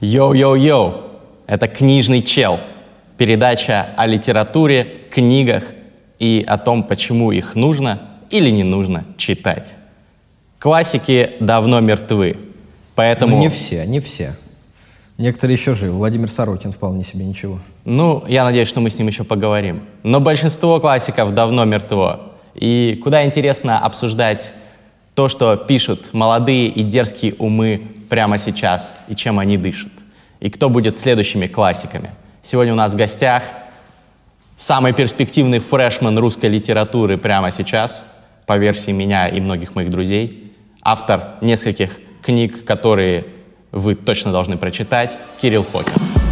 Йоу-йоу-йоу! Это «Книжный чел». Передача о литературе, книгах и о том, почему их нужно или не нужно читать. Классики давно мертвы, поэтому... Ну, не все. Некоторые еще живы. Владимир Сорокин вполне себе ничего. Ну, я надеюсь, что мы с ним еще поговорим. Но большинство классиков давно мертво. И куда интересно обсуждать то, что пишут молодые и дерзкие умы прямо сейчас, и чем они дышат. И кто будет следующими классиками. Сегодня у нас в гостях самый перспективный фрешмен русской литературы прямо сейчас, по версии меня и многих моих друзей, автор нескольких книг, которые вы точно должны прочитать, Кирилл Фокин.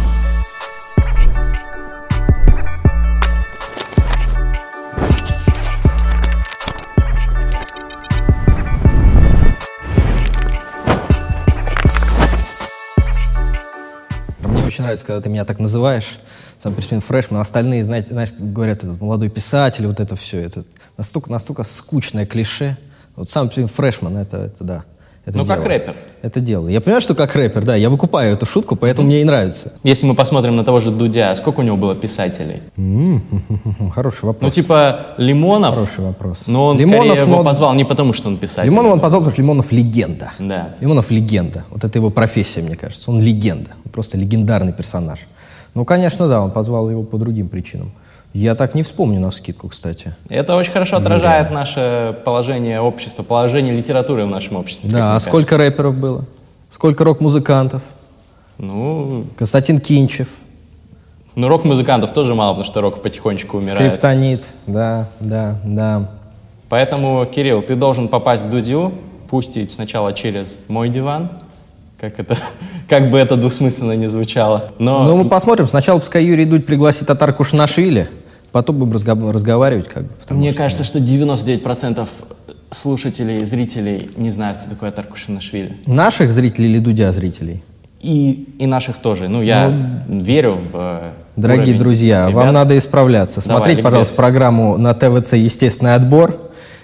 Мне очень нравится, когда ты меня так называешь, сам перспективный фрешмен, остальные, знаешь, говорят, этот молодой писатель, вот это все, это настолько скучное клише. Вот сам перспективный фрешмен, это да. Это ну, дело. как рэпер. Это дело. Я понимаю, что как рэпер, да, я выкупаю эту шутку, поэтому мне и нравится. Если мы посмотрим на того же Дудя, сколько у него было писателей? Хороший вопрос. Ну, типа Лимонов. Хороший вопрос. Но он Лимонов, скорее его позвал не потому, что он писатель. Лимонов он позвал, потому что Лимонов легенда. Да. Лимонов легенда. Вот это его профессия, мне кажется. Он легенда. Он просто легендарный персонаж. Ну, конечно, да, он позвал его по другим причинам. Я так не вспомню навскидку, кстати. Это очень хорошо отражает наше положение общества, положение литературы в нашем обществе. Да, а сколько рэперов было? Сколько рок-музыкантов? Ну, Константин Кинчев. ну, рок-музыкантов тоже мало, потому что рок потихонечку умирает. Скриптонит, да. Поэтому, Кирилл, ты должен попасть к Дудю, пустить сначала через мой диван, как бы это двусмысленно не звучало. Но... Ну, мы посмотрим. Сначала пускай Юрий Дудь пригласит Атар Кушанашвили, потом будем разговаривать как бы. Мне кажется, что 99% слушателей, зрителей не знают, кто такой Атар Кушанашвили. Наших зрителей или Дудя зрителей? И наших тоже. Ну, я верю в Дорогие друзья, ребят. вам надо исправляться. Смотрите, пожалуйста, программу на ТВЦ «Естественный отбор».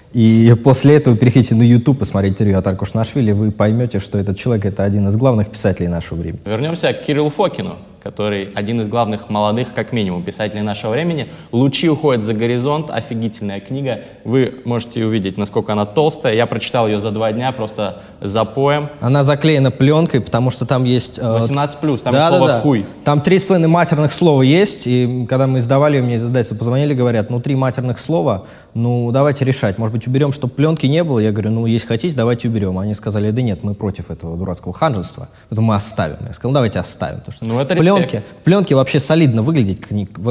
И после этого переходите на YouTube, посмотрите интервью Атар Кушанашвили, вы поймете, что этот человек — это один из главных писателей нашего времени. Вернемся к Кириллу Фокину, который один из главных молодых, как минимум, писателей нашего времени. «Лучи уходят за горизонт», офигительная книга. Вы можете увидеть, насколько она толстая. Я прочитал ее за 2 дня, просто запоем. Она заклеена пленкой, потому что там есть... 18+, там слово «хуй». Там 3,5 матерных слова есть, и когда мы издавали ее, мне из издательства позвонили, говорят, 3 матерных слова, давайте решать. Может быть, уберем, чтобы пленки не было? Я говорю, если хотите, давайте уберем. Они сказали, да нет, мы против этого дурацкого ханжества, поэтому мы оставим. Я сказал, давайте оставим. Потому что это пленки вообще солидно выглядит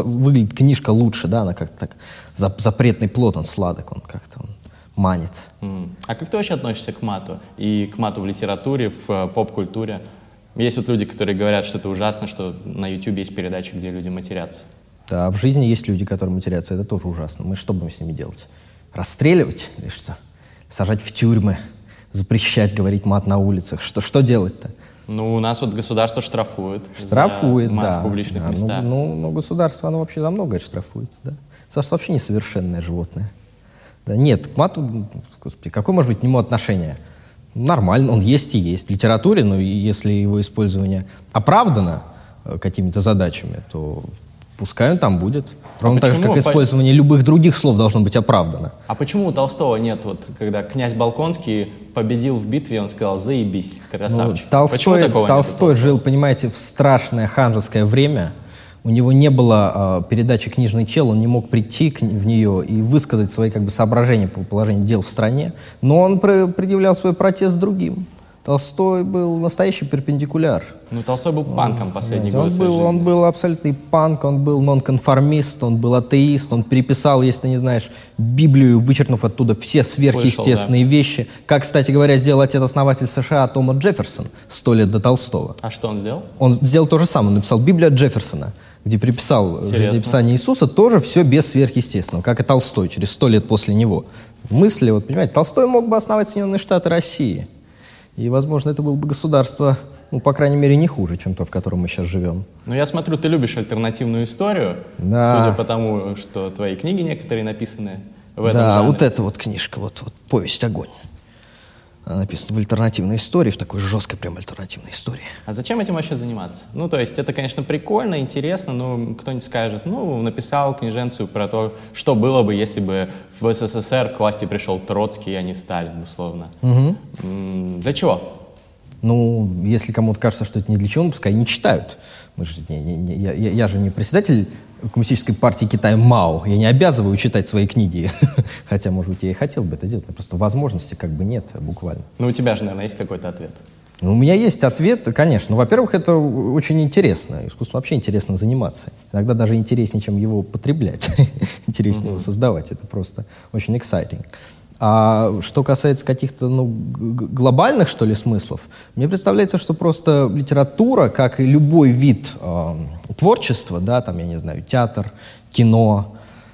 книжка лучше, да, она как-то так, запретный плод, он сладок, он как-то манит. А как ты вообще относишься к мату? И к мату в литературе, в поп-культуре? Есть вот люди, которые говорят, что это ужасно, что на YouTube есть передачи, где люди матерятся. Да, в жизни есть люди, которые матерятся, это тоже ужасно. Что будем с ними делать? Расстреливать или что? Сажать в тюрьмы, запрещать говорить мат на улицах. Что делать-то? Ну, у нас вот государство штрафует. Штрафует, за мат да. в публичных местах. Ну, государство, оно вообще за многое штрафует, да. Государство вообще несовершенное животное. Да, нет, к мату, господи, какое может быть к нему отношение? Нормально, он есть и есть. В литературе, если его использование оправдано какими-то задачами, то пускай он там будет. Ровно так же, как использование любых других слов должно быть оправдано. А почему у Толстого нет, когда князь Болконский победил в битве, он сказал «заебись, красавчик». Толстой жил, понимаете, в страшное ханжеское время. У него не было передачи «Книжный чел», он не мог прийти в нее и высказать свои соображения по положению дел в стране, но он предъявлял свой протест другим. Толстой был настоящий перпендикуляр. Толстой был панком последний год своей жизни. Он был абсолютный панк, он был нонконформист, он был атеист, он переписал, если ты не знаешь, Библию, вычеркнув оттуда все сверхъестественные вещи. Как, кстати говоря, сделал отец-основатель США Томас Джефферсон 100 лет до Толстого. А что он сделал? Он сделал то же самое, он написал Библию Джефферсона, где приписал жизнеописание Иисуса, тоже все без сверхъестественного, как и Толстой, через 100 лет после него. Мысли, понимаете, Толстой мог бы основать Соединенные Штаты России. И, возможно, это было бы государство, по крайней мере, не хуже, чем то, в котором мы сейчас живем. Я смотрю, ты любишь альтернативную историю, да. Судя по тому, что твои книги некоторые написаны в этом жанре. жанре. Вот эта вот книжка, вот «Повесть «Огонь». Она написана в альтернативной истории, в такой жесткой прям альтернативной истории. А зачем этим вообще заниматься? Ну, то есть это, конечно, прикольно, интересно, но кто-нибудь скажет, ну, написал книженцию про то, что было бы, если бы в СССР к власти пришел Троцкий, а не Сталин, условно. Для чего? Ну, если кому-то кажется, что это не для чего, ну, пускай не читают. Я же не председатель Коммунистической партии Китая Мао. Я не обязываю читать свои книги. Хотя, может быть, я и хотел бы это сделать, но просто возможности как бы нет, буквально. Ну, у тебя же, наверное, есть какой-то ответ. Ну, у меня есть ответ, конечно. Ну, во-первых, это очень интересно. Искусством вообще интересно заниматься. Иногда даже интереснее, чем его потреблять. Интереснее его создавать. Это просто очень exciting. А что касается каких-то глобальных, что ли, смыслов, мне представляется, что просто литература, как и любой вид творчества, да, там, я не знаю, театр, кино,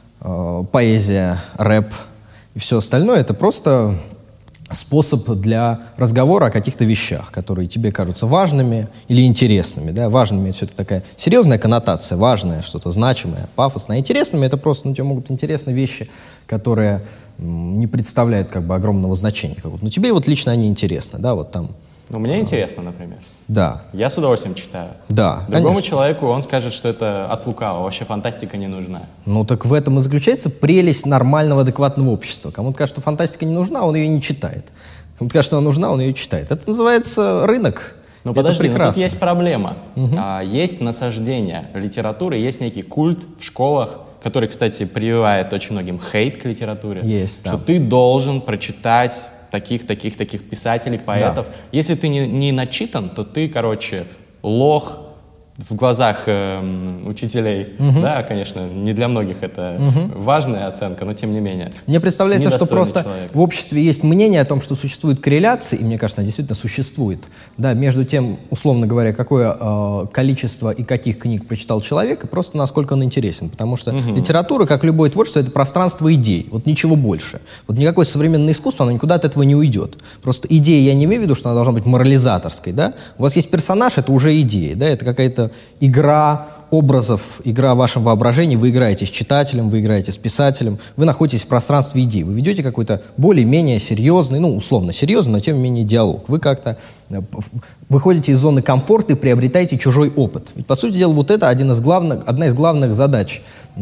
поэзия, рэп и все остальное, это просто способ для разговора о каких-то вещах, которые тебе кажутся важными или интересными. Да? Важными — это все-таки такая серьезная коннотация, важное, что-то значимое, пафосное. А интересными — это просто, тебе могут интересны вещи, которые не представляют как бы огромного значения. Но тебе вот лично они интересны, да, вот там. Ну, мне интересно, например. Да. Я с удовольствием читаю. Да, Другому конечно. человеку он скажет, что это от лукавого, вообще фантастика не нужна. Ну, так в этом и заключается прелесть нормального, адекватного общества. Кому-то кажется, что фантастика не нужна, он ее не читает. Кому-то кажется, что она нужна, он ее читает. Это называется рынок. Ну, это подожди, но прекрасно. тут есть проблема. Есть насаждение литературы, есть некий культ в школах, который, кстати, прививает очень многим хейт к литературе. Есть, да. Что ты должен прочитать таких писателей, поэтов. Да. Если ты не начитан, то ты, короче, лох в глазах учителей. Да, конечно, не для многих это важная оценка, но тем не менее. Мне представляется, что Недостойный просто человек. в обществе есть мнение о том, что существует корреляция, и мне кажется, она действительно существует, да, между тем, условно говоря, какое количество и каких книг прочитал человек, и просто насколько он интересен. Потому что литература, как любое творчество, это пространство идей, вот ничего больше. Вот никакое современное искусство, оно никуда от этого не уйдет. Просто идея, я не имею в виду, что она должна быть морализаторской, да. У вас есть персонаж, это уже идея, да, это какая-то игра образов, игра в вашем воображении, вы играете с читателем, вы играете с писателем, вы находитесь в пространстве идей, вы ведете какой-то более-менее серьезный, ну, условно серьезный, но тем не менее диалог. Вы как-то выходите из зоны комфорта и приобретаете чужой опыт. Ведь, по сути дела, вот это одна из главных задач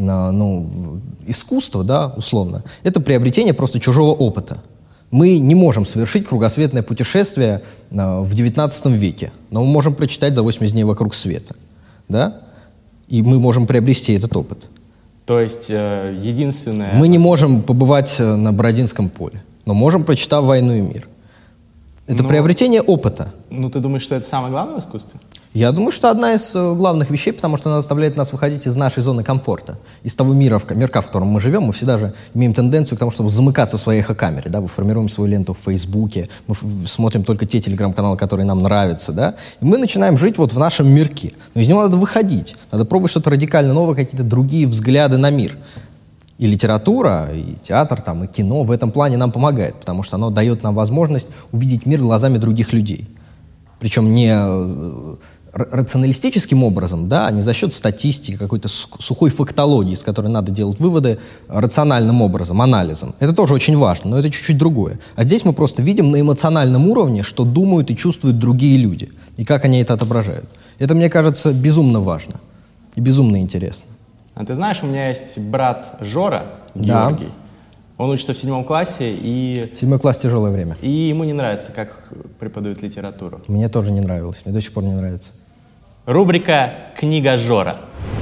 искусства, да, условно, это приобретение просто чужого опыта. Мы не можем совершить кругосветное путешествие в XIX веке, но мы можем прочитать «За 80 дней вокруг света». Да? И мы можем приобрести этот опыт. То есть единственное... Мы не можем побывать на Бородинском поле, но можем, прочитав «Войну и мир». Это приобретение опыта. Ну, ты думаешь, что это самое главное в искусстве? Я думаю, что одна из главных вещей, потому что она заставляет нас выходить из нашей зоны комфорта, из того мирка, в котором мы живем. Мы всегда же имеем тенденцию к тому, чтобы замыкаться в своей эхокамере. Да? Мы формируем свою ленту в Фейсбуке, мы смотрим только те телеграм-каналы, которые нам нравятся. Да? И мы начинаем жить вот в нашем мирке. Но из него надо выходить, надо пробовать что-то радикально новое, какие-то другие взгляды на мир. И литература, и театр, и кино в этом плане нам помогает, потому что оно дает нам возможность увидеть мир глазами других людей. Причем не рационалистическим образом, да, а не за счет статистики, какой-то сухой фактологии, с которой надо делать выводы рациональным образом, анализом. Это тоже очень важно, но это чуть-чуть другое. А здесь мы просто видим на эмоциональном уровне, что думают и чувствуют другие люди, и как они это отображают. Это, мне кажется, безумно важно и безумно интересно. А ты знаешь, у меня есть брат Жора, Да. Георгий. Он учится в 7 классе, и 7 класс — тяжелое время. ему не нравится, как преподают литературу. Мне тоже не нравилось, мне до сих пор не нравится. Рубрика «Книга Жора».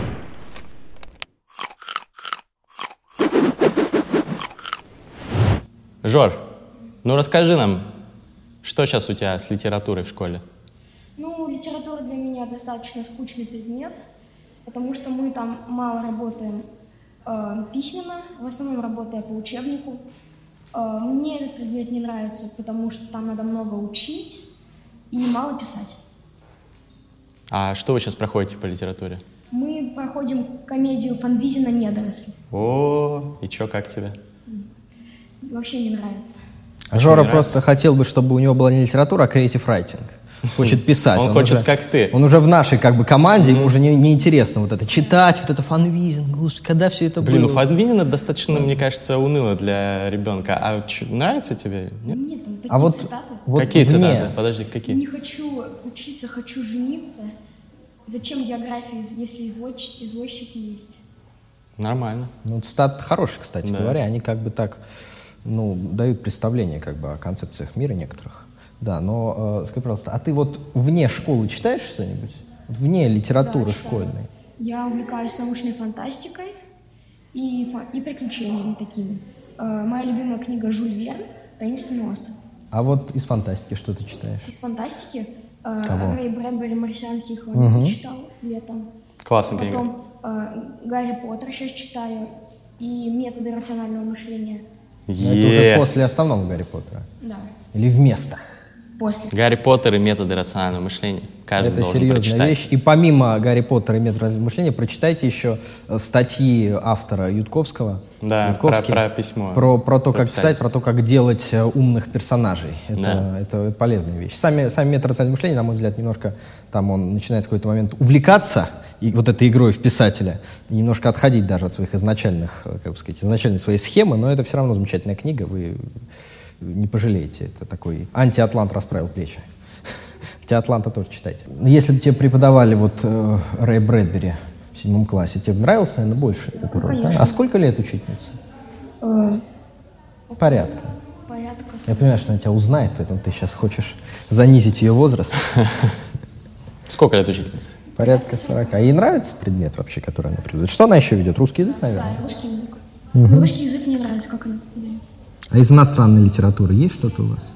Жор, ну расскажи нам, что сейчас у тебя с литературой в школе? Ну, литература для меня достаточно скучный предмет, потому что мы там мало работаем письменно, в основном работая по учебнику. Мне этот предмет не нравится, потому что там надо много учить и мало писать. А что вы сейчас проходите по литературе? Мы проходим комедию Фанвизина «Недоросли». О, и чё, как тебе? Вообще не нравится. Жора не просто хотел бы, чтобы у него была не литература, а creative writing. Хочет писать. Он хочет, уже, как ты. Он уже в нашей команде, ему уже неинтересно вот это читать, вот это фанвизин. Господи, когда все это Блин, было? ну Фанвизин это достаточно, мне кажется, уныло для ребенка. А нравится тебе? Нет? Нет, там такие вот, цитаты. вот Какие вне- цитаты? Подожди, какие? Не хочу учиться, хочу жениться. Зачем географию, если извозчики есть? Нормально. Ну, цитаты хорошие, кстати Да. говоря. Они как бы так, ну, дают представление как бы о концепциях мира некоторых. Да, но скажи, пожалуйста, а ты вот вне школы читаешь что-нибудь? Вне литературы Да, читаю. школьной? Я увлекаюсь научной фантастикой и приключениями такими. Моя любимая книга «Жюль Верн. Таинственный остров». А вот из фантастики что ты читаешь? Из фантастики Кого? Рэй Брэдбери «Марсианские хроники» читал летом. Классная книга. Потом Гарри Поттер сейчас читаю и «Методы рационального мышления». Ну, это уже после основного Гарри Поттера? Да, Или вместо? после. Гарри Поттер и методы рационального мышления. Каждый Это должен серьезная прочитать. вещь. И помимо Гарри Поттера и метода мышления, прочитайте еще статьи автора Ютковского. Да, Ютковский, про письмо. Про то, Про как писать, писательство. про то, как делать умных персонажей. Да. Это полезная вещь. Сами метод рационального мышления, на мой взгляд, немножко там он начинает в какой-то момент увлекаться и вот этой игрой в писателя, и немножко отходить даже от своих изначальных, как бы сказать, изначальной своей схемы, но это все равно замечательная книга, вы не пожалеете. Это такой антиатлант расправил плечи. Антиатланта тоже читайте. Если бы тебе преподавали вот Рэй Брэдбери в 7 классе, тебе бы нравилось, наверное, больше этот урок, да? Конечно. А сколько лет учительница? Э, Порядка. Порядка. Я понимаю, что она тебя узнает, поэтому ты сейчас хочешь занизить ее возраст. Сколько лет учительницы? Порядка 40. А ей нравится предмет вообще, который она преподает? Что она еще ведет? Русский язык, Да, наверное? и русский язык. Но русский язык мне нравится, как он преподает. А из иностранной литературы есть что-то у вас?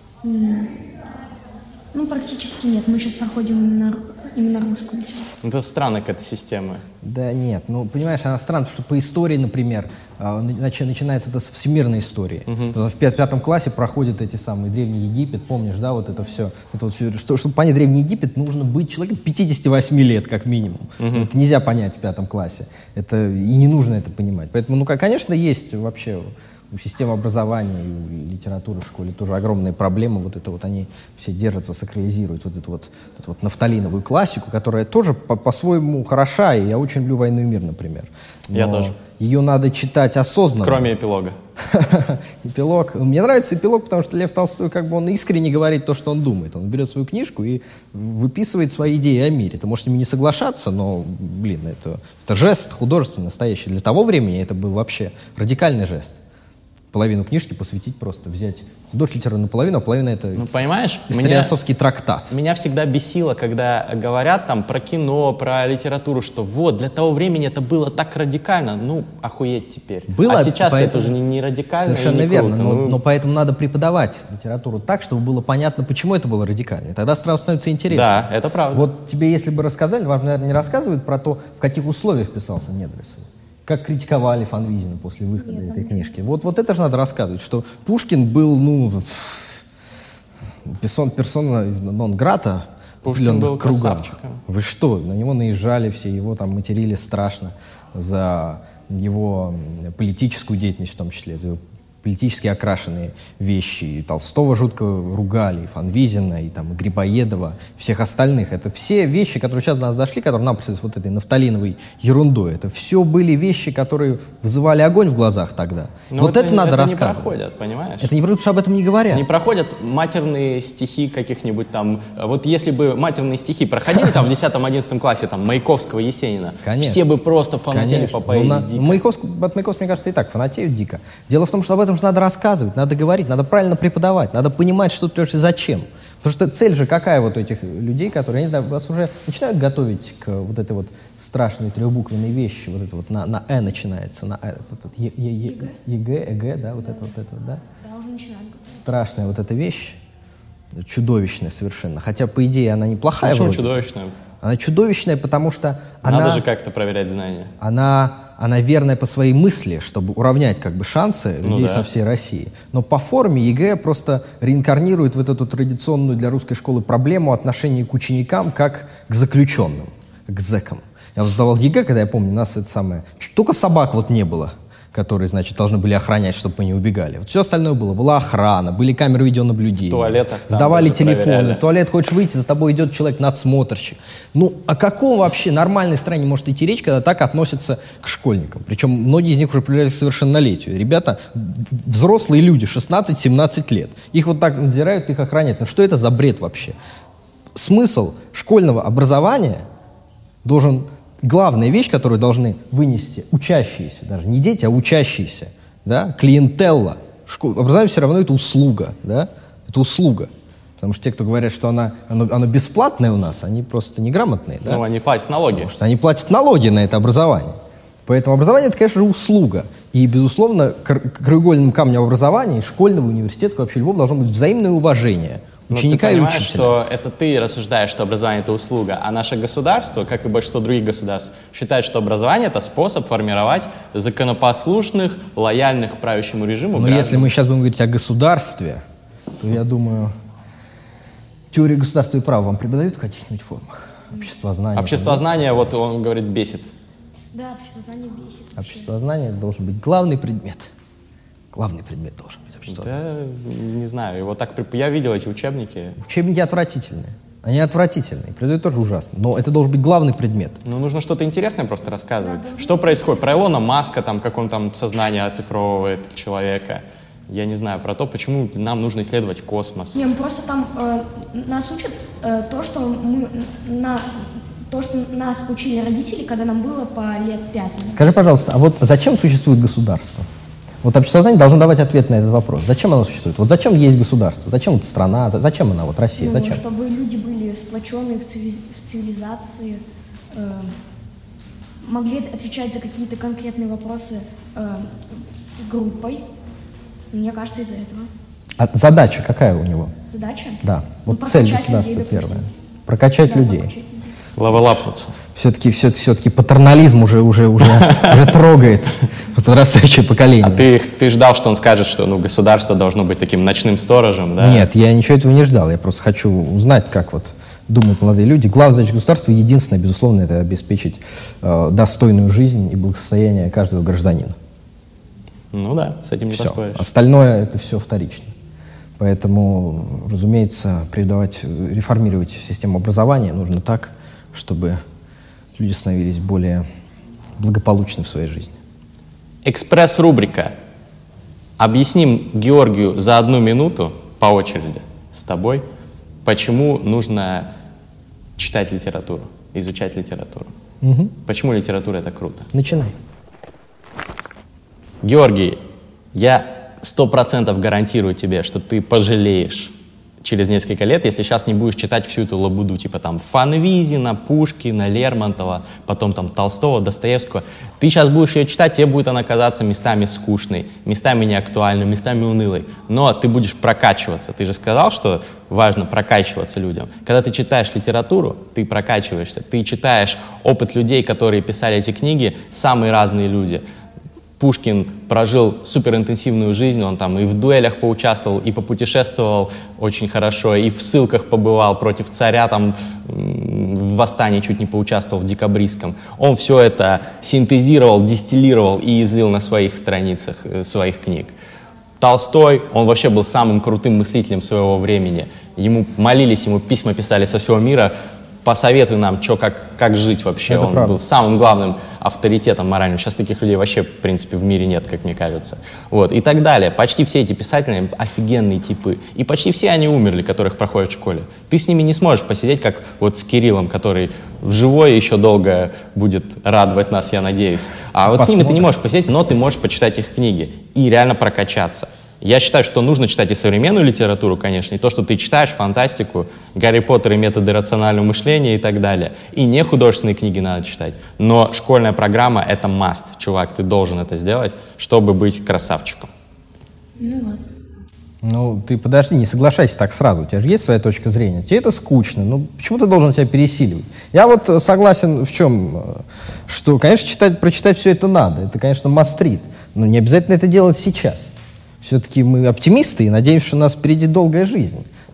Ну, практически нет. Мы сейчас проходим именно русскую литературу. Это странная какая-то система. Да нет, ну, понимаешь, она странная, потому что по истории, например, начинается это с всемирной истории. В 5 классе проходят эти самые Древний Египет, помнишь, да, вот это все. Это вот все чтобы понять Древний Египет, нужно быть человеком 58 лет, как минимум. Это нельзя понять в 5 классе. Это, и не нужно это понимать. Поэтому, ну, конечно, есть вообще у системы образования и у литературы в школе тоже огромные проблемы. Вот это вот они все держатся, сакрализируют вот эту вот нафталиновую классику, которая тоже по-своему хороша, и я очень люблю «Войну и мир», например. Но Я тоже. ее надо читать осознанно. Кроме эпилога. Эпилог. Мне нравится эпилог, потому что Лев Толстой как бы он искренне говорит то, что он думает. Он берет свою книжку и выписывает свои идеи о мире. Ты можешь с ними не соглашаться, но, блин, это жест художественный, настоящий. Для того времени это был вообще радикальный жест. Половину книжки посвятить просто, взять художественную литературу наполовину, а половина это Ну, понимаешь, историосовский трактат. меня всегда бесило, когда говорят там про кино, про литературу, что вот, для того времени это было так радикально. Ну, охуеть теперь. Было, а сейчас это поэтому- уже не радикально и Совершенно не верно, круто. но, Ну, поэтому надо преподавать литературу так, чтобы было понятно, почему это было радикально. И тогда сразу становится интересно. Да, это правда. Вот тебе, если бы рассказали, вам, наверное, не рассказывают про то, в каких условиях писался Недоросль. Как критиковали Фанвизина после выхода этой книжки. Вот это же надо рассказывать, что Пушкин был, ну, персона нон-грата в Пушкин определенных был кругах. красавчиком. Вы что? На него наезжали все, его там материли страшно за его политическую деятельность в том числе, за его политически окрашенные вещи. И Толстого жутко ругали, и Фанвизина, и там и Грибоедова, и всех остальных. Это все вещи, которые сейчас до нас дошли, которые нам представляются вот этой нафталиновой ерундой. Это все были вещи, которые вызывали огонь в глазах тогда. Но вот это надо не рассказывать. проходят, понимаешь? Это не потому, что об этом не говорят. Не проходят матерные стихи каких-нибудь там. Вот если бы матерные стихи проходили там в 10-11 классе, там, Маяковского, Есенина, Конечно. все бы просто фанатели Конечно. по поэзии дико. От Маяковского, мне кажется, и так фанатеют дико. Дело в том, что об этом же надо рассказывать, надо говорить, надо правильно преподавать, надо понимать, что ты делаешь и зачем. Потому что цель же какая вот у этих людей, которые, я не знаю, вас уже начинают готовить к вот этой вот страшной трехбуквенной вещи, вот это вот на «э» начинается, на «э», вот это ЕГЭ, ЭГЭ, да, вот это вот, да? Да, уже начинаем. Страшная вот эта вещь, чудовищная совершенно. Хотя, по идее, она неплохая Почему вроде. чудовищно? Она чудовищная, потому что Надо она... же как-то проверять знания. Она верная по своей мысли, чтобы уравнять как бы шансы людей да. со всей России. Но по форме ЕГЭ просто реинкарнирует вот эту традиционную для русской школы проблему отношения к ученикам как к заключенным, к зэкам. Я вот сдавал ЕГЭ, когда я помню, у нас это самое... Только собак вот не было. которые, значит, должны были охранять, чтобы мы не убегали. Вот все остальное было. Была охрана, были камеры видеонаблюдения. В туалетах. Сдавали телефоны. Проверяли. В туалет хочешь выйти, за тобой идет человек-надсмотрщик. Ну, о каком вообще нормальной стране может идти речь, когда так относятся к школьникам? Причем многие из них уже приближаются к совершеннолетию. Ребята, взрослые люди, 16-17 лет. Их вот так надзирают, их охраняют. Ну, что это за бред вообще? Смысл школьного образования должен... Главная вещь, которую должны вынести учащиеся, даже не дети, а учащиеся, да, клиентелла. Образование все равно это услуга, да, это услуга. Потому что те, кто говорят, что оно бесплатное у нас, они просто неграмотные. Да? Ну, они платят налоги. Потому что они платят налоги на это образование. Поэтому образование — это, конечно же, услуга. И, безусловно, краеугольным камнем образования, школьного, университетского, вообще любого, должно быть взаимное уважение ученика и учителя. Ты понимаешь, что это ты рассуждаешь, что образование — это услуга, а наше государство, как и большинство других государств, считает, что образование — это способ формировать законопослушных, лояльных правящему режиму Но граждан. если мы сейчас будем говорить о государстве, то, я думаю, теорию государства и права вам преподают в каких-нибудь формах? Обществознание. Обществознание, вот он говорит, бесит. Да, обществознание бесит. Обществознание должен быть главный предмет. Главный предмет должен быть обществознание. Да, не знаю, его так я видел эти учебники. Учебники отвратительные. Они отвратительные, преподают тоже ужасно. Но это должен быть главный предмет. Ну, нужно что-то интересное просто рассказывать. Что происходит? Про Илона Маска, там, как он там сознание оцифровывает человека. Я не знаю, про то, почему нам нужно исследовать космос. Не, просто там нас учат то, что нас учили родители, когда нам было по лет 5. Скажи, пожалуйста, а вот зачем существует государство? Вот обществознание должно давать ответ на этот вопрос. Зачем оно существует? Вот зачем есть государство? Зачем вот страна? Зачем она, вот Россия? Зачем? Чтобы люди были сплоченные в цивилизации, могли отвечать за какие-то конкретные вопросы группой. Мне кажется, из-за этого. А задача какая у него? Задача? Да. Вот цель государства первая. Прокачать людей. Левелапнуться. Все-таки патернализм уже трогает подрастающее поколение. А ты ждал, что он скажет, что государство должно быть таким ночным сторожем, да? Нет, я ничего этого не ждал. Я просто хочу узнать, как вот думают молодые люди. Главная задача государства, единственная, безусловно, это обеспечить достойную жизнь и благосостояние каждого гражданина. Ну да, с этим не поспоришь. Остальное это все вторично. Поэтому, разумеется, реформировать систему образования нужно так, чтобы люди становились более благополучны в своей жизни. Экспресс-рубрика. Объясним Георгию за 1 минуту по очереди с тобой, почему нужно читать литературу, изучать литературу. Угу. Почему литература — это круто. Начинай. Георгий, я 100% гарантирую тебе, что ты пожалеешь через несколько лет, если сейчас не будешь читать всю эту лабуду, типа там Фанвизина, Пушкина, Лермонтова, потом там Толстого, Достоевского. Ты сейчас будешь ее читать, тебе будет она казаться местами скучной, местами неактуальной, местами унылой. Но ты будешь прокачиваться. Ты же сказал, что важно прокачиваться людям. Когда ты читаешь литературу, ты прокачиваешься. Ты читаешь опыт людей, которые писали эти книги, самые разные люди. Пушкин прожил суперинтенсивную жизнь, он там и в дуэлях поучаствовал, и попутешествовал очень хорошо, и в ссылках побывал против царя, там в восстании чуть не поучаствовал, в декабристском. Он все это синтезировал, дистиллировал и излил на своих страницах своих книг. Толстой, он вообще был самым крутым мыслителем своего времени. Ему молились, ему письма писали со всего мира: посоветуй нам, как жить вообще. Это он правда. был самым главным авторитетом моральным. Сейчас таких людей вообще, в принципе, в мире нет, как мне кажется. Вот, и так далее. Почти все эти писатели офигенные типы. И почти все они умерли, которых проходят в школе. Ты с ними не сможешь посидеть, как вот с Кириллом, который вживую еще долго будет радовать нас, я надеюсь. А вот с ними ты не можешь посидеть, но ты можешь почитать их книги и реально прокачаться. Я считаю, что нужно читать и современную литературу, конечно, и то, что ты читаешь, фантастику, Гарри Поттер и методы рационального мышления и так далее. И не художественные книги надо читать. Но школьная программа — это must. Чувак, ты должен это сделать, чтобы быть красавчиком. Ну ладно. Ну, ты подожди, не соглашайся так сразу. У тебя же есть своя точка зрения. Тебе это скучно. Ну, почему ты должен себя пересиливать? Я вот согласен в чем? Что, конечно, прочитать все это надо. Это, конечно, мастрит. Но не обязательно это делать сейчас. Все-таки мы оптимисты и надеемся, что у нас впереди долгая жизнь.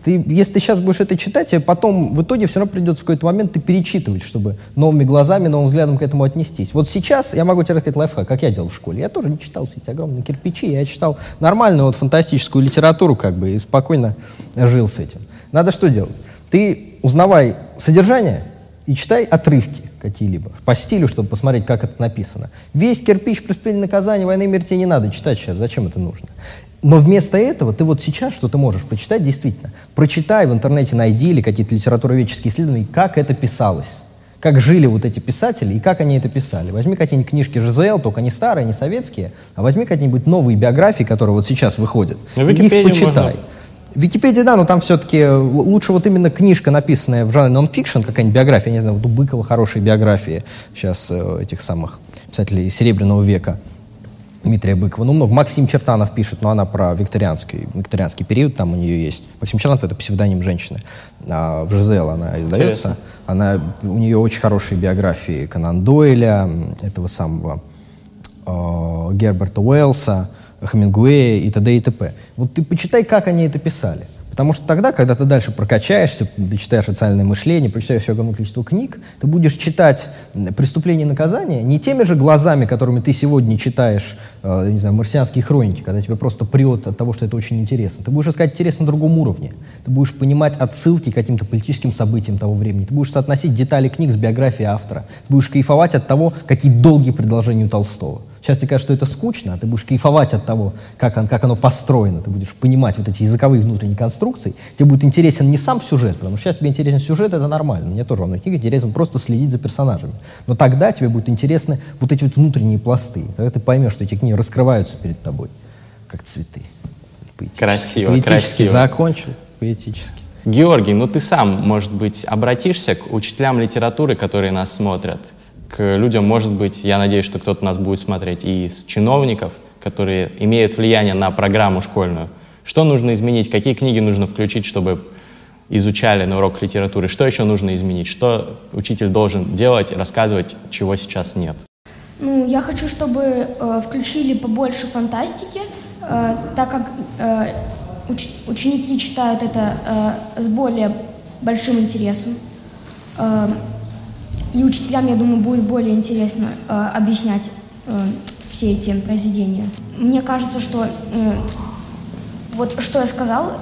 Если ты сейчас будешь это читать, тебе потом в итоге все равно придется в какой-то момент ты перечитывать, чтобы новыми глазами, новым взглядом к этому отнестись. Вот сейчас я могу тебе рассказать лайфхак, как я делал в школе. Я тоже не читал все эти огромные кирпичи, я читал нормальную вот фантастическую литературу как бы и спокойно жил с этим. Надо что делать? Ты узнавай содержание и читай отрывки какие-либо по стилю, чтобы посмотреть, как это написано. Весь кирпич «Преступление и наказание», «Войны и мир» тебе не надо читать сейчас. Зачем это нужно? Но вместо этого ты вот сейчас, что ты можешь почитать, действительно, прочитай в интернете, найди или какие-то литературоведческие исследования, как это писалось, как жили вот эти писатели и как они это писали. Возьми какие-нибудь книжки ЖЗЛ, только не старые, не советские, а возьми какие-нибудь новые биографии, которые вот сейчас выходят, и их почитай. В Википедии, да, но там все-таки лучше вот именно книжка, написанная в жанре нон-фикшн, какая-нибудь биография, я не знаю, вот у Быкова хорошие биографии сейчас этих самых писателей Серебряного века, Дмитрия Быкова. Ну, много. Максим Чертанов пишет, но она про викторианский период, там у нее есть. Максим Чертанов — это псевдоним женщины. А в ЖЗЛ она издается. У нее очень хорошие биографии Конан Дойля, этого самого Герберта Уэллса, Хемингуэя и т.д. и т.п. Вот ты почитай, как они это писали. Потому что тогда, когда ты дальше прокачаешься, ты читаешь «Социальное мышление», прочитаешь еще огромное количество книг, ты будешь читать «Преступление и наказание» не теми же глазами, которыми ты сегодня читаешь, не знаю, «Марсианские хроники», когда тебе просто прет от того, что это очень интересно. Ты будешь искать интерес на другом уровне. Ты будешь понимать отсылки к каким-то политическим событиям того времени. Ты будешь соотносить детали книг с биографией автора. Ты будешь кайфовать от того, какие долгие предложения у Толстого. Сейчас тебе кажется, что это скучно, а ты будешь кайфовать от того, как оно построено. Ты будешь понимать вот эти языковые внутренние конструкции. Тебе будет интересен не сам сюжет, потому что сейчас тебе интересен сюжет, это нормально. Мне тоже во многих книгах интересно просто следить за персонажами. Но тогда тебе будут интересны вот эти вот внутренние пласты. Тогда ты поймешь, что эти книги раскрываются перед тобой, как цветы. Красиво, поэтически красиво. Закончил, поэтически. Георгий, ну ты сам, может быть, обратишься к учителям литературы, которые нас смотрят, к людям, может быть, я надеюсь, что кто-то нас будет смотреть, и из чиновников, которые имеют влияние на программу школьную. Что нужно изменить? Какие книги нужно включить, чтобы изучали на уроках литературы? Что еще нужно изменить? Что учитель должен делать, рассказывать, чего сейчас нет? Ну, я хочу, чтобы включили побольше фантастики, так как ученики читают это с более большим интересом. И учителям, я думаю, будет более интересно объяснять все эти произведения. Мне кажется, что вот что я сказал,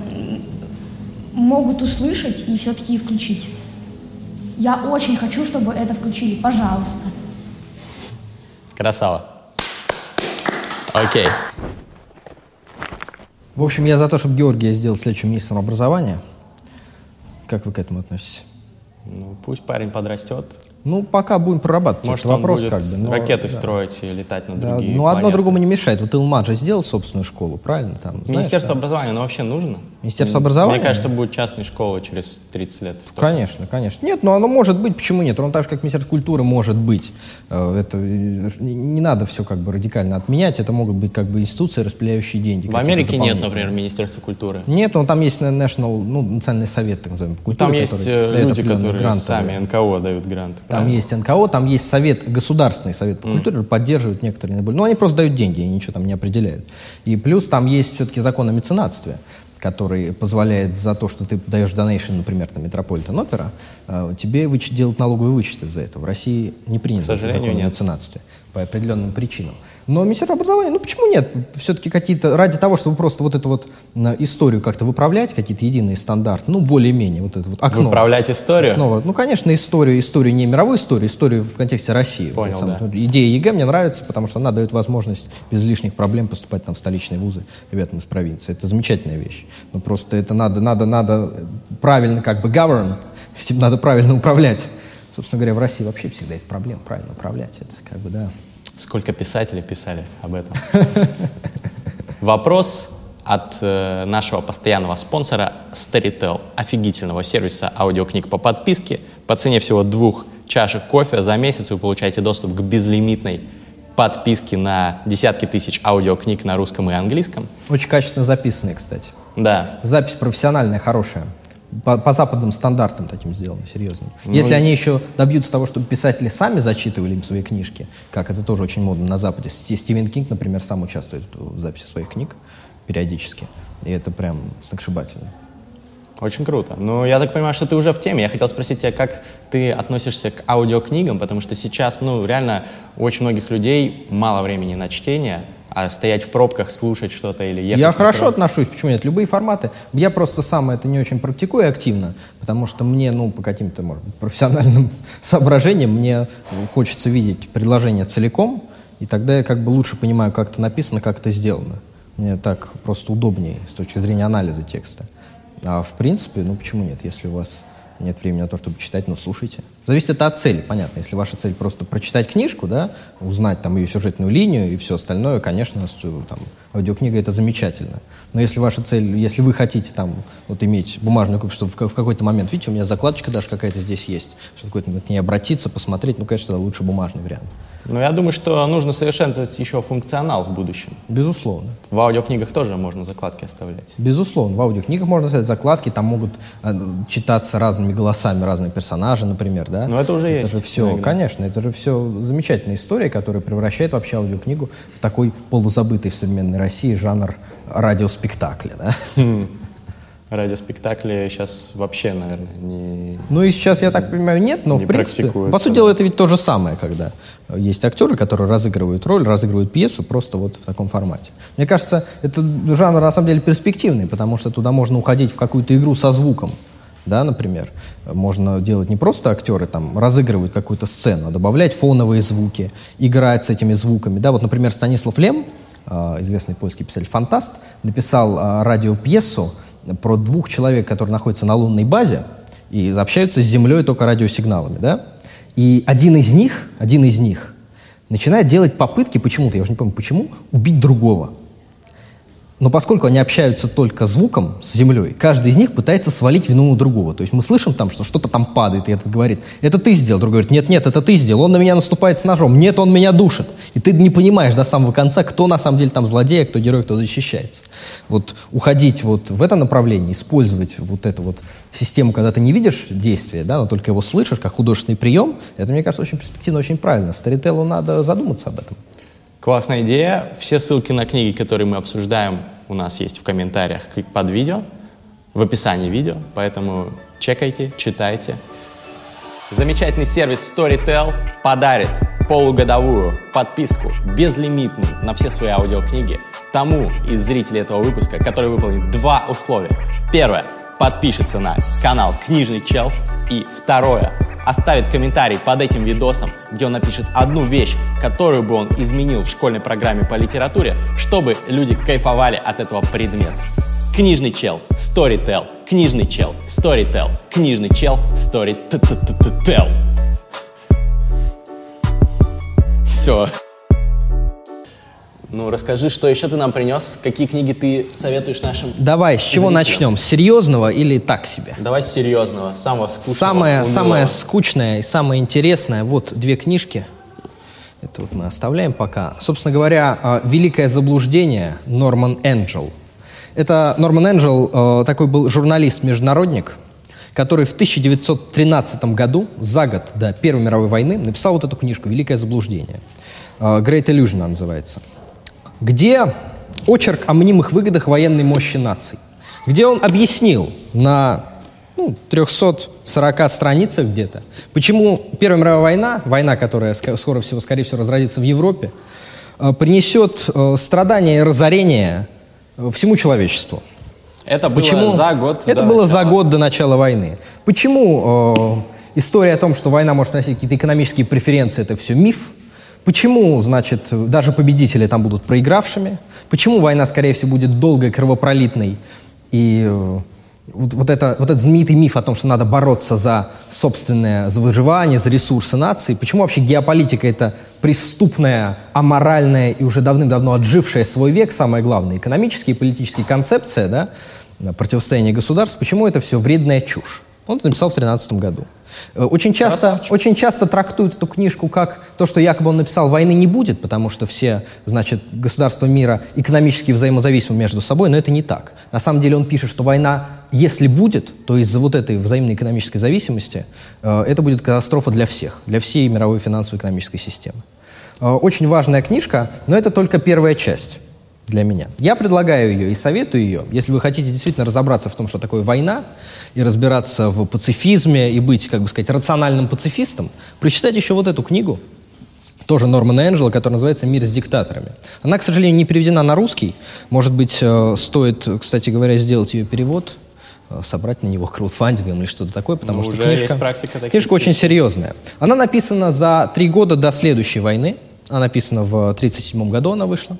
могут услышать и все-таки включить. Я очень хочу, чтобы это включили. Пожалуйста. Красава. Окей. В общем, я за то, чтобы Георгия сделать следующим министром образования. Как вы к этому относитесь? Ну, пусть парень подрастет. Ну, пока будем прорабатывать. Может, это он вопрос, будет как бы, ракеты строить и летать на другие Ну, одно планеты. другому не мешает. Вот Илман же сделал собственную школу, правильно? Там, Министерство образования, оно вообще нужно? Министерство образования? Мне кажется, будет частная школа через 30 лет. Конечно, конечно. Нет, но оно может быть, почему нет? Ровно так же, как Министерство культуры может быть. Это, не надо все как бы радикально отменять. Это могут быть как бы институции, распределяющие деньги. В Америке нет, например, Министерства культуры. Нет, но там есть National, национальный совет, так называемый, культуры. Там есть люди, которые сами НКО дают гранты. Там правильно? есть НКО, там есть совет, государственный совет по культуре, поддерживают некоторые наиболее. Но они просто дают деньги, они ничего там не определяют. И плюс там есть все-таки закон о меценатстве, который позволяет за то, что ты даешь донейшн, например, на Метрополитен Опера, тебе делать налоговый вычет из-за этого. В России не принято закон о меценатстве по определенным причинам. Но Министерство образования, ну почему нет? Все-таки какие-то, ради того, чтобы просто вот эту вот историю как-то выправлять, какие-то единые стандарты, ну более-менее, вот это вот окно. Выправлять историю? Окно, ну, конечно, историю не мировую историю в контексте России. Понял, вот да. Идея ЕГЭ мне нравится, потому что она дает возможность без лишних проблем поступать там в столичные вузы ребятам из провинции. Это замечательная вещь. Но просто это надо правильно как бы govern, этим надо правильно управлять. Собственно говоря, в России вообще всегда есть проблема правильно управлять. Это как бы, да. Сколько писателей писали об этом? Вопрос от нашего постоянного спонсора Storytel, офигительного сервиса аудиокниг по подписке. По цене всего 2 чашек кофе за месяц вы получаете доступ к безлимитной подписке на десятки тысяч аудиокниг на русском и английском. Очень качественно записанные, кстати. Да. Запись профессиональная, хорошая. По западным стандартам таким сделано, серьезно. Если они еще добьются того, чтобы писатели сами зачитывали им свои книжки, как это тоже очень модно на Западе. Стивен Кинг, например, сам участвует в записи своих книг периодически. И это прям сногсшибательно. Очень круто. Ну, я так понимаю, что ты уже в теме. Я хотел спросить тебя, как ты относишься к аудиокнигам, потому что сейчас, ну, реально у очень многих людей мало времени на чтение, а стоять в пробках, слушать что-то или ехать... Я хорошо отношусь, почему нет? Любые форматы. Я просто сам это не очень практикую активно, потому что мне, ну, по каким-то, может быть, профессиональным соображениям, мне хочется видеть предложение целиком, и тогда я как бы лучше понимаю, как это написано, как это сделано. Мне так просто удобнее с точки зрения анализа текста. А в принципе, ну почему нет? Если у вас нет времени на то, чтобы читать, ну слушайте. Зависит это от цели, понятно. Если ваша цель просто прочитать книжку, да, узнать там ее сюжетную линию и все остальное, конечно, там, аудиокнига — это замечательно. Но если ваша цель, если вы хотите там вот иметь бумажную копию, чтобы в какой-то момент, видите, у меня закладочка даже какая-то здесь есть, чтобы в какой-то момент к ней обратиться, посмотреть, ну, конечно, это лучше бумажный вариант. Но я думаю, что нужно совершенствовать еще функционал в будущем. Безусловно. В аудиокнигах тоже можно закладки оставлять. Безусловно. В аудиокнигах можно оставлять закладки, там могут читаться разными голосами разные персонажи, например, да? Но это уже это есть. Же все, конечно, это же все замечательная история, которая превращает вообще аудиокнигу в такой полузабытый в современной России жанр радиоспектакля, да? Радиоспектакли сейчас вообще, наверное, не... Ну и сейчас, я так понимаю, нет, но в принципе, по сути дела, это ведь то же самое, когда есть актеры, которые разыгрывают роль, разыгрывают пьесу просто вот в таком формате. Мне кажется, этот жанр на самом деле перспективный, потому что туда можно уходить в какую-то игру со звуком, да, например. Можно делать не просто актеры там разыгрывают какую-то сцену, а добавлять фоновые звуки, играть с этими звуками, да. Вот, например, Станислав Лем, известный польский писатель-фантаст, написал радиопьесу про двух человек, которые находятся на лунной базе и общаются с Землей только радиосигналами, да? И один из них начинает делать попытки почему-то, я уже не помню почему, убить другого. Но поскольку они общаются только звуком с Землей, каждый из них пытается свалить вину на другого. То есть мы слышим там, что что-то там падает, и этот говорит: это ты сделал. Другой говорит: нет, это ты сделал. Он на меня наступает с ножом. Нет, он меня душит. И ты не понимаешь до самого конца, кто на самом деле там злодей, а кто герой, кто защищается. Вот уходить вот в это направление, использовать вот эту вот систему, когда ты не видишь действия, да, но только его слышишь, как художественный прием, это, мне кажется, очень перспективно, очень правильно. Старителлу надо задуматься об этом. Классная идея. Все ссылки на книги, которые мы обсуждаем, у нас есть в комментариях под видео, в описании видео, поэтому чекайте, читайте. Замечательный сервис Storytel подарит полугодовую подписку безлимитную на все свои аудиокниги тому из зрителей этого выпуска, который выполнит 2 условия. Первое — подпишется на канал Книжный Чел. И второе — оставит комментарий под этим видосом, где он напишет одну вещь, которую бы он изменил в школьной программе по литературе, чтобы люди кайфовали от этого предмета. Книжный Чел, Storytel, Книжный Чел, Storytel, Книжный Чел, Storytel. Все. Ну, расскажи, что еще ты нам принес, какие книги ты советуешь нашим Давай, с чего зрителям? Начнем? С серьезного или так себе? Давай с серьезного, самого скучного. Самое скучное и самое интересное. Вот 2 книжки. Это вот мы оставляем пока. Собственно говоря, «Великое заблуждение» Норман Энджел. Это Норман Энджел такой был журналист-международник, который в 1913 году, за год до Первой мировой войны, написал вот эту книжку «Великое заблуждение». «Great Illusion» она называется. Где очерк о мнимых выгодах военной мощи наций, где он объяснил на 340 страницах где-то, почему Первая мировая война, которая скорее всего разразится в Европе, принесет страдания и разорение всему человечеству. Это было за год Это было за год до начала войны. Почему история о том, что война может приносить какие-то экономические преференции, это все миф? Почему, значит, даже победители там будут проигравшими? Почему война, скорее всего, будет долгой, кровопролитной? И вот этот знаменитый миф о том, что надо бороться за собственное выживание, за ресурсы нации. Почему вообще геополитика — это преступная, аморальная и уже давным-давно отжившая свой век, самое главное, экономические и политические концепции, да, противостояние государств? Почему это все вредная чушь? Он это написал в 1913 году. Очень часто трактуют эту книжку как то, что якобы он написал, войны не будет, потому что все, значит, государства мира экономически взаимозависимы между собой, но это не так. На самом деле он пишет, что война, если будет, то из-за вот этой взаимной экономической зависимости, это будет катастрофа для всех, для всей мировой финансово-экономической системы. Очень важная книжка, но это только первая часть. для меня. Я предлагаю ее и советую ее, если вы хотите действительно разобраться в том, что такое война, и разбираться в пацифизме, и быть, как бы сказать, рациональным пацифистом, прочитать еще вот эту книгу, тоже Нормана Энджела, которая называется «Мир с диктаторами». Она, к сожалению, не переведена на русский. Может быть, стоит, кстати говоря, сделать ее перевод, собрать на него краудфандингом или что-то такое, потому что книжка очень серьезная. Она написана за 3 года до следующей войны. Она написана в 1937 году, она вышла.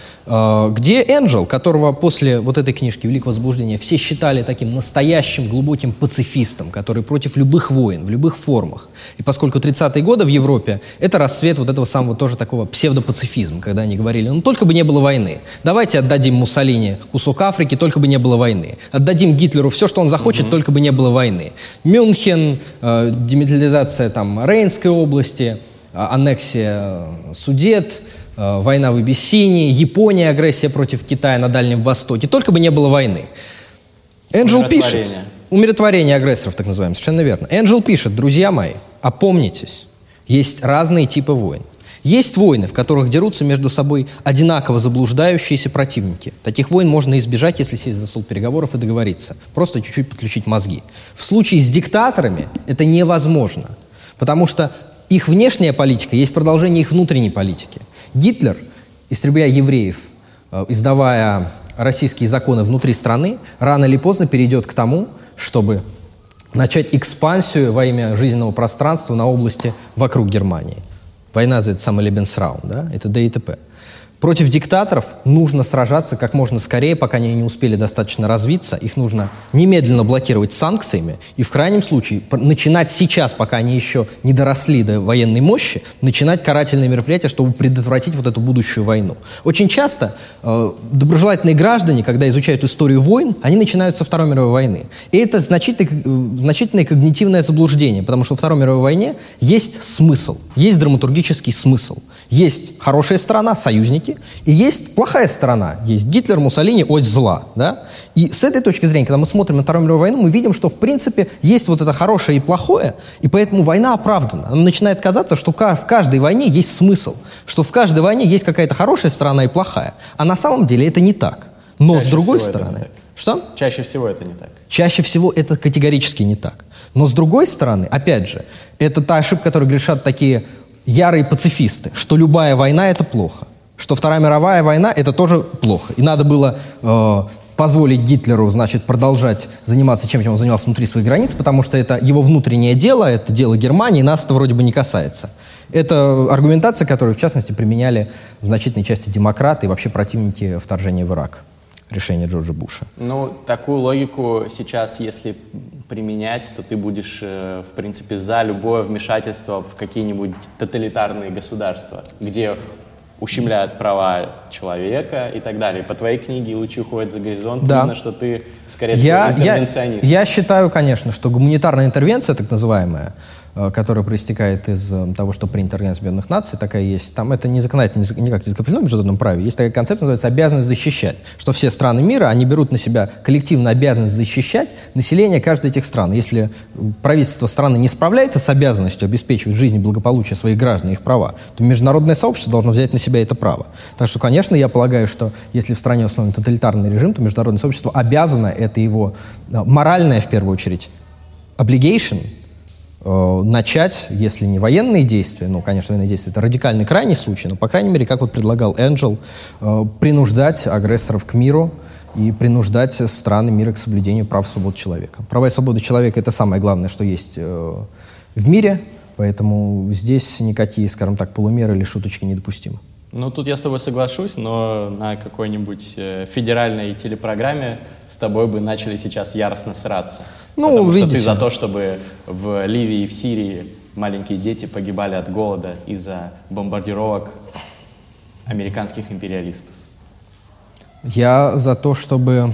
Где Энджел, которого после вот этой книжки «Великого заблуждения» все считали таким настоящим глубоким пацифистом, который против любых войн, в любых формах. И поскольку 30-е годы в Европе — это расцвет вот этого самого тоже такого псевдопацифизма, когда они говорили, ну только бы не было войны, давайте отдадим Муссолини кусок Африки, только бы не было войны, отдадим Гитлеру все, что он захочет, только бы не было войны. Мюнхен, демилитаризация там Рейнской области, аннексия Судет, война в Абиссинии, Япония, агрессия против Китая на Дальнем Востоке. Только бы не было войны. Энджел пишет... Умиротворение агрессоров, так называемое, совершенно верно. Энджел пишет: друзья мои, опомнитесь, есть разные типы войн. Есть войны, в которых дерутся между собой одинаково заблуждающиеся противники. Таких войн можно избежать, если сесть за стол переговоров и договориться. Просто чуть-чуть подключить мозги. В случае с диктаторами это невозможно, потому что их внешняя политика есть продолжение их внутренней политики. Гитлер, истребляя евреев, издавая российские законы внутри страны, рано или поздно перейдет к тому, чтобы начать экспансию во имя жизненного пространства на области вокруг Германии. Война за это самый Lebensraum, да, это т.д. и т.п. Против диктаторов нужно сражаться как можно скорее, пока они не успели достаточно развиться. Их нужно немедленно блокировать санкциями и, в крайнем случае, начинать сейчас, пока они еще не доросли до военной мощи, начинать карательные мероприятия, чтобы предотвратить вот эту будущую войну. Очень часто доброжелательные граждане, когда изучают историю войн, они начинают со Второй мировой войны. И это значительное когнитивное заблуждение, потому что во Второй мировой войне есть смысл, есть драматургический смысл. Есть хорошая сторона, союзники, и есть плохая сторона. Есть Гитлер, Муссолини, ось зла. Да? И с этой точки зрения, когда мы смотрим на Вторую мировую войну, мы видим, что в принципе есть вот это хорошее и плохое, и поэтому война оправдана. Она начинает казаться, что в каждой войне есть смысл, что в каждой войне есть какая-то хорошая сторона и плохая. А на самом деле это не так. Но с другой стороны... Что? Чаще всего это не так. Чаще всего это категорически не так. Но с другой стороны, опять же, это та ошибка, которую грешат такие ярые пацифисты, что любая война — это плохо, что Вторая мировая война — это тоже плохо. И надо было позволить Гитлеру, значит, продолжать заниматься чем он занимался внутри своих границ, потому что это его внутреннее дело, это дело Германии, нас это вроде бы не касается. Это аргументация, которую, в частности, применяли в значительной части демократы и вообще противники вторжения в Ирак. Решение Джорджа Буша. Ну, такую логику сейчас, если применять, то ты будешь, в принципе, за любое вмешательство в какие-нибудь тоталитарные государства, где ущемляют права человека и так далее. По твоей книге «Лучи уходят за горизонт» видно, что ты, скорее всего, интервенционист. Я считаю, конечно, что гуманитарная интервенция, так называемая, которая проистекает из того, что принято Организацией Объединенных Наций, такая есть. Там это не законодательно, никак не закреплено в международном праве. Есть такая концепция, называется обязанность защищать. Что все страны мира, они берут на себя коллективную обязанность защищать население каждой этих стран. Если правительство страны не справляется с обязанностью обеспечивать жизнь и благополучие своих граждан и их права, то международное сообщество должно взять на себя это право. Так что, конечно, я полагаю, что если в стране установлен тоталитарный режим, то международное сообщество обязано, это его моральное, в первую очередь, obligation, начать, если не военные действия, ну, конечно, военные действия — это радикальный крайний случай, но, по крайней мере, как вот предлагал Энджел, принуждать агрессоров к миру и принуждать страны мира к соблюдению прав и свобод человека. Права и свободы человека — это самое главное, что есть в мире, поэтому здесь никакие, скажем так, полумеры или шуточки недопустимы. Ну, тут я с тобой соглашусь, но на какой-нибудь федеральной телепрограмме с тобой бы начали сейчас яростно сраться. Ну, потому что ты за то, чтобы в Ливии и в Сирии маленькие дети погибали от голода из-за бомбардировок американских империалистов. Я за то, чтобы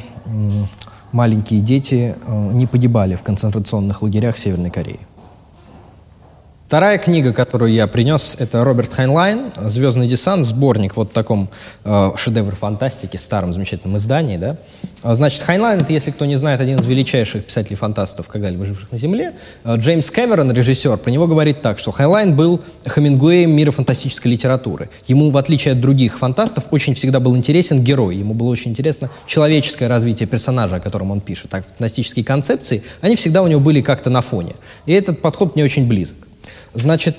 маленькие дети не погибали в концентрационных лагерях Северной Кореи. Вторая книга, которую я принес, это Роберт Хайнлайн «Звездный десант», сборник вот в таком шедевр фантастики, старом замечательном издании. Да? Значит, Хайнлайн — это, если кто не знает, один из величайших писателей-фантастов, когда-либо живших на Земле. Джеймс Кэмерон, режиссер, про него говорит так, что Хайнлайн был Хемингуэем мира фантастической литературы. Ему, в отличие от других фантастов, очень всегда был интересен герой. Ему было очень интересно человеческое развитие персонажа, о котором он пишет. Так, фантастические концепции, они всегда у него были как-то на фоне. И этот подход мне очень близок. Значит,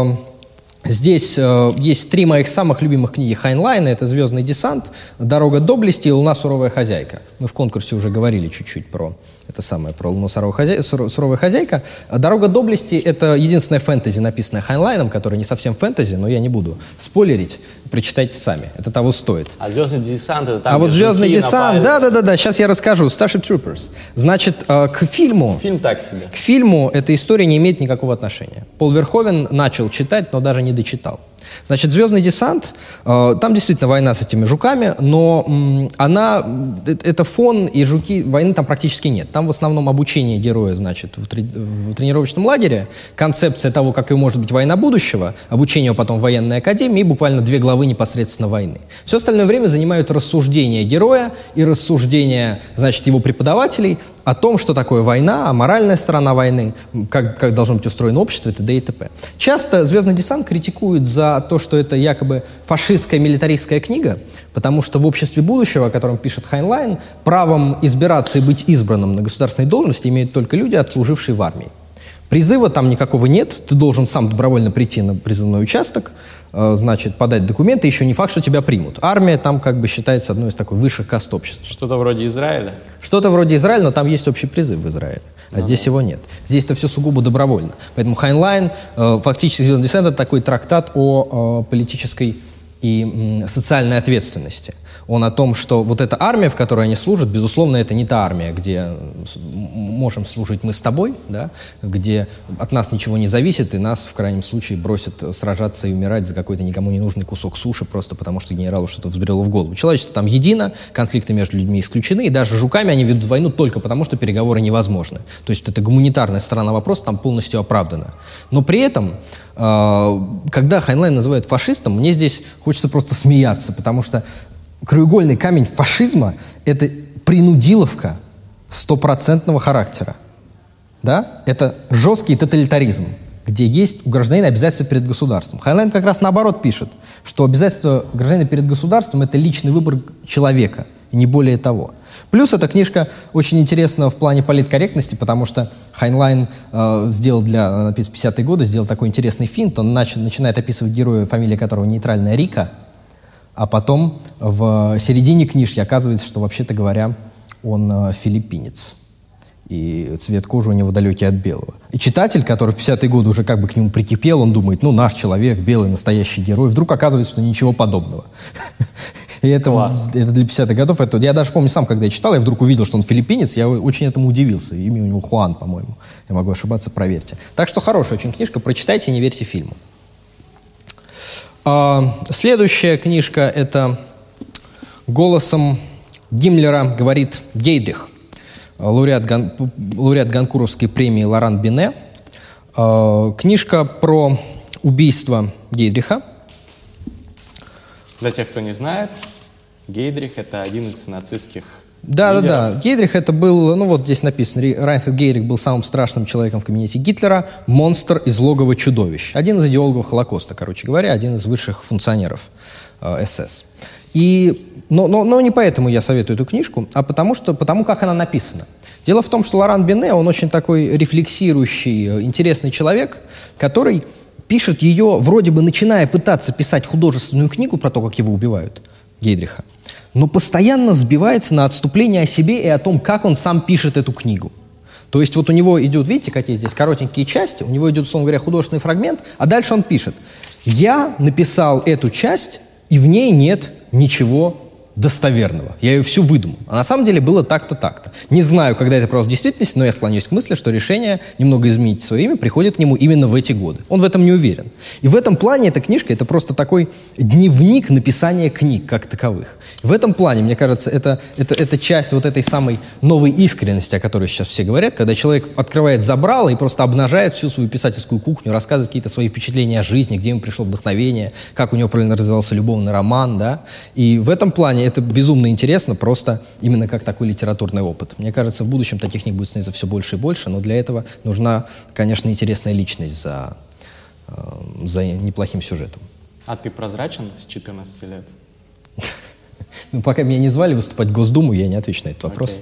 здесь есть 3 моих самых любимых книги Хайнлайна. Это «Звездный десант», «Дорога доблести» и «Луна суровая хозяйка». Мы в конкурсе уже говорили чуть-чуть про это самое, про «Луну суровая хозяйка». «Дорога доблести» — это единственная фэнтези, написанная Хайнлайном, которая не совсем фэнтези, но я не буду спойлерить. Прочитайте сами. Это того стоит. А «Звездный десант» — это там, А вот «Звездный десант», напали. да, сейчас я расскажу. Starship Troopers. Значит, к фильму... Фильм так себе. К фильму эта история не имеет никакого отношения. Пол Верховен начал читать, но даже не дочитал. Значит, «Звездный десант», там действительно война с этими жуками, но это фон, и жуки, войны там практически нет. Там в основном обучение героя, значит, в тренировочном лагере, концепция того, как и может быть война будущего, обучение его потом в военной академии и буквально 2 главы непосредственно войны. Все остальное время занимают рассуждения героя и рассуждения, значит, его преподавателей о том, что такое война, моральная сторона войны, как должно быть устроено общество и т.д. и т.п. Часто «Звездный десант» критикуют за то, что это якобы фашистская милитаристская книга, потому что в обществе будущего, о котором пишет Хайнлайн, правом избираться и быть избранным на государственной должности имеют только люди, отслужившие в армии. Призыва там никакого нет, ты должен сам добровольно прийти на призывной участок, значит, подать документы, еще не факт, что тебя примут. Армия там как бы считается одной из такой высших каст общества. Что-то вроде Израиля? Что-то вроде Израиля, но там есть общий призыв в Израиле. А здесь его нет. Здесь это все сугубо добровольно. Поэтому Хайнлайн, фактически «Звездный десант» — это такой трактат о политической и социальной ответственности. Он о том, что вот эта армия, в которой они служат, безусловно, это не та армия, где можем служить мы с тобой, да, где от нас ничего не зависит, и нас, в крайнем случае, бросят сражаться и умирать за какой-то никому не нужный кусок суши, просто потому что генералу что-то взбрело в голову. Человечество там едино, конфликты между людьми исключены, и даже жуками они ведут войну только потому, что переговоры невозможны. То есть вот эта гуманитарная сторона вопроса там полностью оправдана. Но при этом, когда Хайнлайн называют фашистом, мне здесь хочется просто смеяться, потому что краеугольный камень фашизма — это принудиловка 100% характера. Да? Это жесткий тоталитаризм, где есть у гражданина обязательства перед государством. Хайнлайн как раз наоборот пишет, что обязательство гражданина перед государством — это личный выбор человека, и не более того. Плюс эта книжка очень интересна в плане политкорректности, потому что Хайнлайн сделал для 50-е годы сделал такой интересный финт. Он начинает описывать героя, фамилия которого нейтральная Рика, а потом в середине книжки оказывается, что, вообще-то говоря, он филиппинец. И цвет кожи у него далекий от белого. И читатель, который в 50-е годы уже как бы к нему прикипел, он думает, ну, наш человек, белый, настоящий герой. Вдруг оказывается, что ничего подобного. И это для 50-х годов. Я даже помню сам, когда я читал, я вдруг увидел, что он филиппинец, я очень этому удивился. Имя у него Хуан, по-моему. Я могу ошибаться, проверьте. Так что хорошая очень книжка, прочитайте, не верьте фильму. Следующая книжка — это «Голосом Гиммлера говорит Гейдрих», лауреат Гонкуровской премии Лоран Бине. Книжка про убийство Гейдриха. Для тех, кто не знает, Гейдрих — это один из нацистских Да. Гейдрих — это был, ну вот здесь написано, Райнхард Гейдрих был самым страшным человеком в кабинете Гитлера, монстр из логова чудовищ. Один из идеологов Холокоста, короче говоря, один из высших функционеров СС. Но не поэтому я советую эту книжку, а потому как она написана. Дело в том, что Лоран Бине, он очень такой рефлексирующий, интересный человек, который пишет ее, вроде бы начиная пытаться писать художественную книгу про то, как его убивают, Гейдриха, но постоянно сбивается на отступление о себе и о том, как он сам пишет эту книгу. То есть вот у него идет, видите, какие здесь коротенькие части, у него идет, условно говоря, художественный фрагмент, а дальше он пишет: «Я написал эту часть, и в ней нет ничего достоверного. Я ее всю выдумал. А на самом деле было так-то, так-то. Не знаю, когда это правда в действительности, но я склоняюсь к мысли, что решение немного изменить свое имя приходит к нему именно в эти годы. Он в этом не уверен. И в этом плане эта книжка — это просто такой дневник написания книг как таковых. В этом плане, мне кажется, это часть вот этой самой новой искренности, о которой сейчас все говорят, когда человек открывает забрало и просто обнажает всю свою писательскую кухню, рассказывает какие-то свои впечатления о жизни, где ему пришло вдохновение, как у него правильно развивался любовный роман, да. И в этом плане это безумно интересно, просто именно как такой литературный опыт. Мне кажется, в будущем таких книг будет становиться все больше и больше, но для этого нужна, конечно, интересная личность за неплохим сюжетом. А ты прозрачен с 14 лет? Ну, пока меня не звали выступать в Госдуму, я не отвечу на этот вопрос.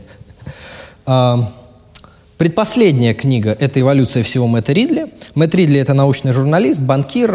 Предпоследняя книга — это «Эволюция всего» Мэтта Ридли. Мэтт Ридли — это научный журналист, банкир,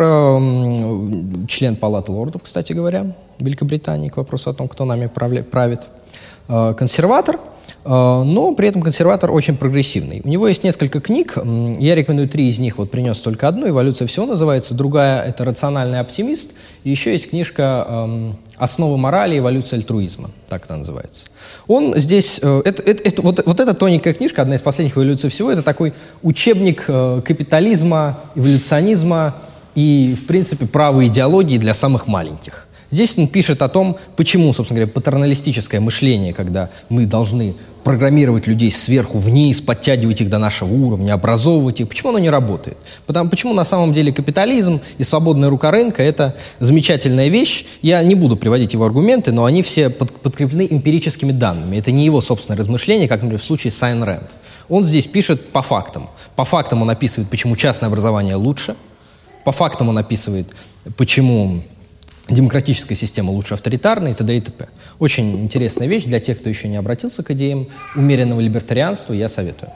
член Палаты лордов, кстати говоря, Великобритании, к вопросу о том, кто нами правит. Консерватор, но при этом консерватор очень прогрессивный. У него есть несколько книг, я рекомендую 3 из них, вот принес только одну, «Эволюция всего» называется, другая — это «Рациональный оптимист», и еще есть книжка «Основы морали. Эволюция альтруизма», так она называется. Он здесь, вот эта тоненькая книжка, одна из последних «Эволюций всего», это такой учебник капитализма, эволюционизма и, в принципе, правой идеологии для самых маленьких. Здесь он пишет о том, почему, собственно говоря, патерналистическое мышление, когда мы должны программировать людей сверху вниз, подтягивать их до нашего уровня, образовывать их, почему оно не работает? Почему на самом деле капитализм и свободная рука рынка — это замечательная вещь. Я не буду приводить его аргументы, но они все подкреплены эмпирическими данными. Это не его собственное размышление, как, например, в случае с Айн Рэнд. Он здесь пишет по фактам. По фактам он описывает, почему частное образование лучше. По фактам он описывает, почему демократическая система лучше авторитарной и т.д. и т.п. Очень интересная вещь для тех, кто еще не обратился к идеям умеренного либертарианства, я советую.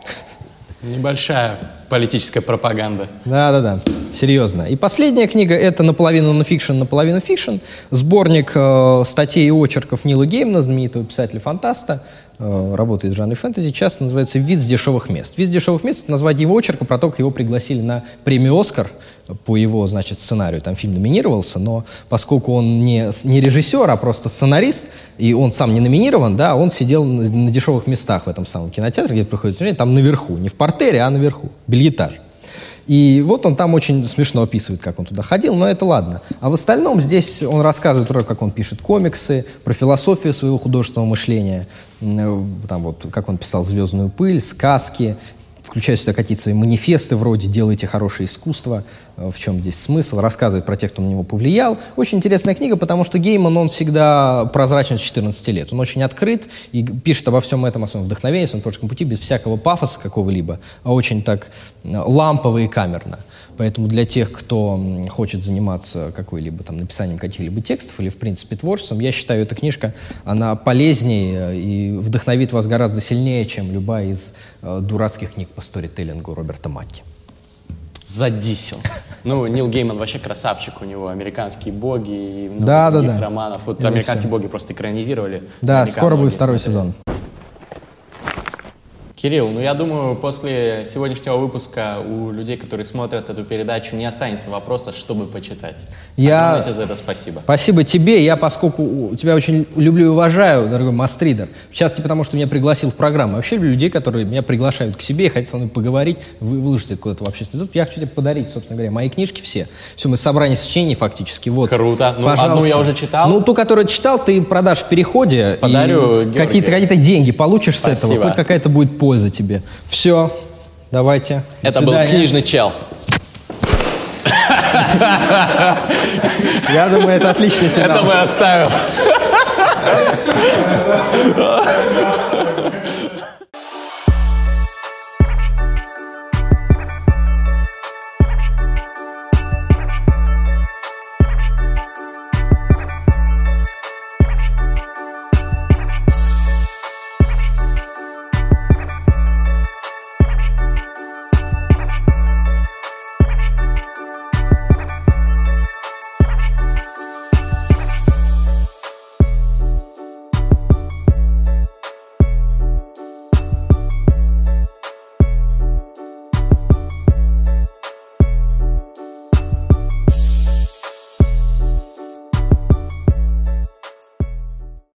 Небольшая политическая пропаганда. Да, серьезно. И последняя книга — это наполовину нонфикшн, наполовину фикшн. Сборник статей и очерков Нила Геймана, знаменитого писателя-фантаста, работает в жанре фэнтези, часто называется «Вид с дешевых мест». «Вид с дешевых мест» — это название его очерка про то, как его пригласили на премию «Оскар» по его, значит, сценарию. Там фильм номинировался, но поскольку он не режиссер, а просто сценарист, и он сам не номинирован, да, он сидел на дешевых местах в этом самом кинотеатре, где проходит смотреть, там наверху, не в партере, а наверху, бельетаж. И вот он там очень смешно описывает, как он туда ходил, но это ладно. А в остальном здесь он рассказывает про то, как он пишет комиксы, про философию своего художественного мышления, там вот, как он писал «Звездную пыль», сказки, включая сюда какие-то свои манифесты вроде «Делайте хорошее искусство», в чем здесь смысл, рассказывает про тех, кто на него повлиял. Очень интересная книга, потому что Гейман, он всегда прозрачен с 14 лет. Он очень открыт и пишет обо всем этом, о своем вдохновении, о своем творческом пути, без всякого пафоса какого-либо, а очень так лампово и камерно. Поэтому для тех, кто хочет заниматься какой-либо там написанием каких-либо текстов или, в принципе, творчеством, я считаю, эта книжка, она полезнее и вдохновит вас гораздо сильнее, чем любая из дурацких книг по сторителлингу Роберта Макки. Задисел. Ну, Нил Гейман вообще красавчик, у него «Американские боги» и много да, других романов. Вот «Американские боги» просто экранизировали. Да, скоро будет второй сезон. Кирилл, ну я думаю, после сегодняшнего выпуска у людей, которые смотрят эту передачу, не останется вопроса, чтобы почитать. Огромное за это спасибо. Спасибо тебе. Я, поскольку тебя очень люблю и уважаю, дорогой Мастридер, в частности, потому что меня пригласил в программу. Вообще люблю людей, которые меня приглашают к себе и хотят со мной поговорить, выложить это куда-то в общественный доступ. Я хочу тебе подарить, собственно говоря, мои книжки все. Все, мы собрание сочинений фактически. Вот. Круто. Ну, пожалуйста. Одну я уже читал. Ну, ту, которую читал, ты продашь в переходе. Подарю и какие-то деньги получишь спасибо. С этого. Хоть какая-то будет польза тебе. Все, давайте. Это был книжный чел. Я думаю, это отличный финал. Это мы оставим.